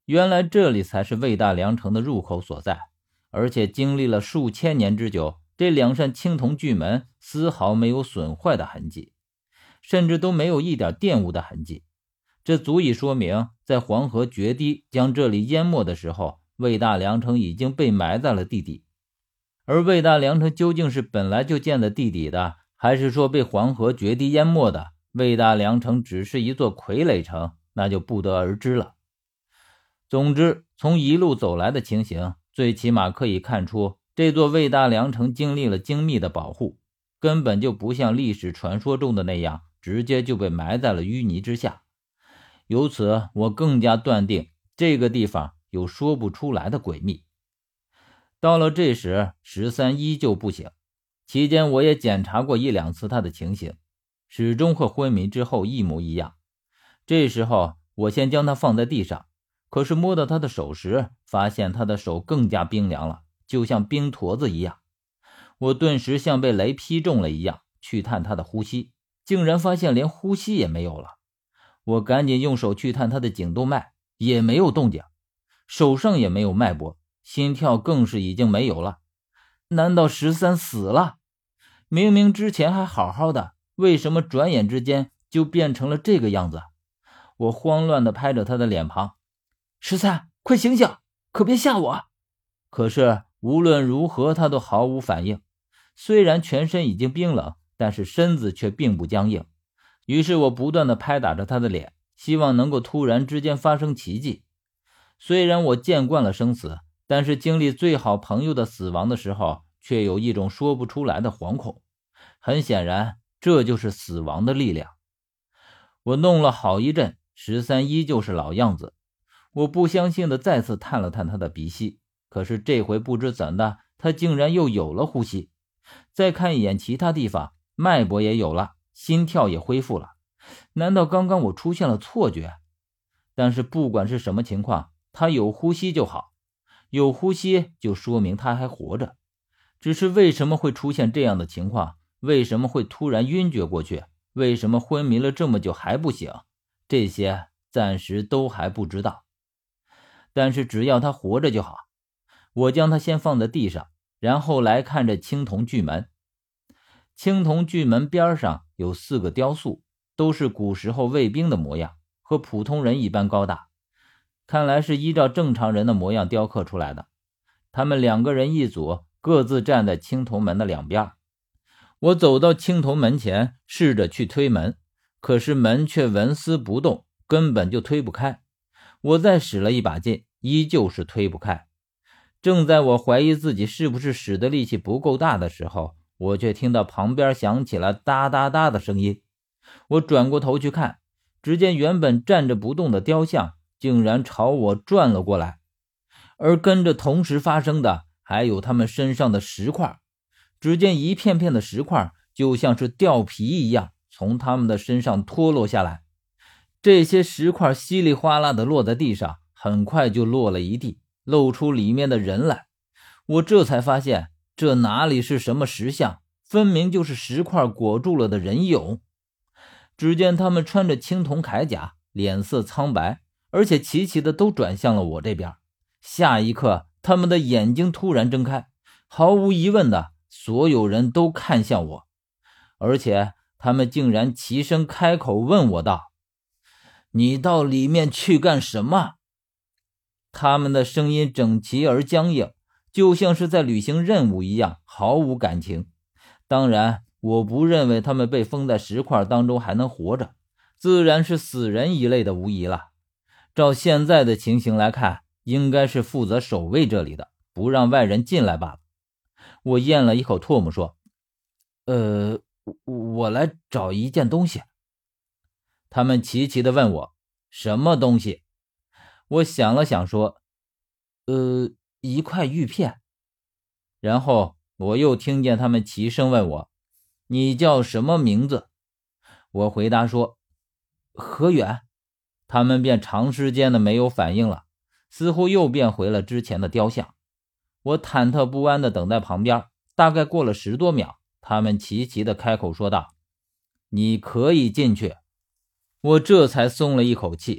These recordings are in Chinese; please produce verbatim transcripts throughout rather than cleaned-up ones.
原来这里才是魏大梁城的入口所在，而且经历了数千年之久，这两扇青铜巨门丝毫没有损坏的痕迹，甚至都没有一点玷污的痕迹。这足以说明，在黄河决堤将这里淹没的时候，魏大梁城已经被埋在了地底。而魏大梁城究竟是本来就建在地底的，还是说被黄河决堤淹没的，魏大梁城只是一座傀儡城，那就不得而知了。总之，从一路走来的情形，最起码可以看出，这座魏大梁城经历了精密的保护，根本就不像历史传说中的那样，直接就被埋在了淤泥之下。由此，我更加断定这个地方有说不出来的诡秘。到了这时，十三依旧不醒，期间我也检查过一两次他的情形，始终和昏迷之后一模一样。这时候，我先将他放在地上，可是摸到他的手时，发现他的手更加冰凉了，就像冰坨子一样。我顿时像被雷劈中了一样，去探他的呼吸，竟然发现连呼吸也没有了。我赶紧用手去探他的颈动脉，也没有动静，手上也没有脉搏，心跳更是已经没有了。难道十三死了？明明之前还好好的，为什么转眼之间就变成了这个样子？我慌乱地拍着他的脸庞，十三，快醒醒，可别吓我！可是无论如何他都毫无反应，虽然全身已经冰冷，但是身子却并不僵硬。于是我不断地拍打着他的脸，希望能够突然之间发生奇迹。虽然我见惯了生死，但是经历最好朋友的死亡的时候，却有一种说不出来的惶恐。很显然，这就是死亡的力量。我弄了好一阵，十三依旧是老样子。我不相信的再次探了探他的鼻息，可是这回不知怎的，他竟然又有了呼吸。再看一眼其他地方，脉搏也有了，心跳也恢复了。难道刚刚我出现了错觉？但是不管是什么情况，他有呼吸就好，有呼吸就说明他还活着。只是为什么会出现这样的情况？为什么会突然晕厥过去？为什么昏迷了这么久还不醒？这些暂时都还不知道。但是只要他活着就好。我将他先放在地上，然后来看着青铜巨门。青铜巨门边上有四个雕塑，都是古时候卫兵的模样，和普通人一般高大，看来是依照正常人的模样雕刻出来的。他们两个人一组，各自站在青铜门的两边。我走到青铜门前，试着去推门，可是门却纹丝不动，根本就推不开。我再使了一把劲，依旧是推不开。正在我怀疑自己是不是使的力气不够大的时候，我却听到旁边响起了哒哒哒的声音。我转过头去看，只见原本站着不动的雕像竟然朝我转了过来，而跟着同时发生的还有他们身上的石块。只见一片片的石块就像是掉皮一样从他们的身上脱落下来，这些石块稀里哗啦的落在地上，很快就落了一地，露出里面的人来。我这才发现，这哪里是什么石像，分明就是石块裹住了的人俑。只见他们穿着青铜铠甲，脸色苍白，而且齐齐的都转向了我这边。下一刻，他们的眼睛突然睁开，毫无疑问的，所有人都看向我，而且他们竟然齐声开口问我道：你到里面去干什么？他们的声音整齐而僵硬，就像是在履行任务一样，毫无感情。当然，我不认为他们被封在石块当中还能活着，自然是死人一类的无疑了。照现在的情形来看，应该是负责守卫这里的，不让外人进来罢了。我咽了一口唾沫说：呃，我来找一件东西。他们齐齐地问我：什么东西？我想了想说：呃，一块玉片。然后我又听见他们齐声问我：你叫什么名字？我回答说：何远。他们便长时间的没有反应了，似乎又变回了之前的雕像。我忐忑不安的等在旁边，大概过了十多秒，他们齐齐的开口说道：你可以进去。我这才松了一口气，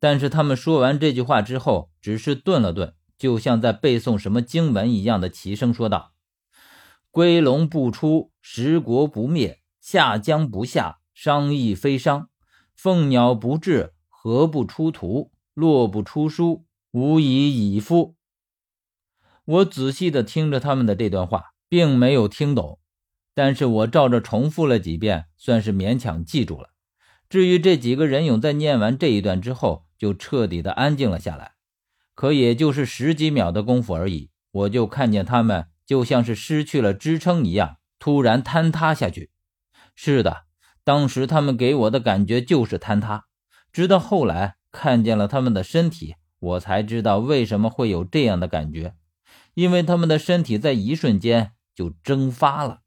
但是他们说完这句话之后，只是顿了顿，就像在背诵什么经文一样的齐声说道：龟龙不出，十国不灭，下江不下，商议非商，凤鸟不至，何不出图，落不出书，无以已夫。我仔细地听着他们的这段话，并没有听懂，但是我照着重复了几遍，算是勉强记住了。至于这几个人俑在念完这一段之后，就彻底的安静了下来。可也就是十几秒的功夫而已，我就看见他们就像是失去了支撑一样，突然坍塌下去。是的，当时他们给我的感觉就是坍塌，直到后来看见了他们的身体，我才知道为什么会有这样的感觉，因为他们的身体在一瞬间就蒸发了。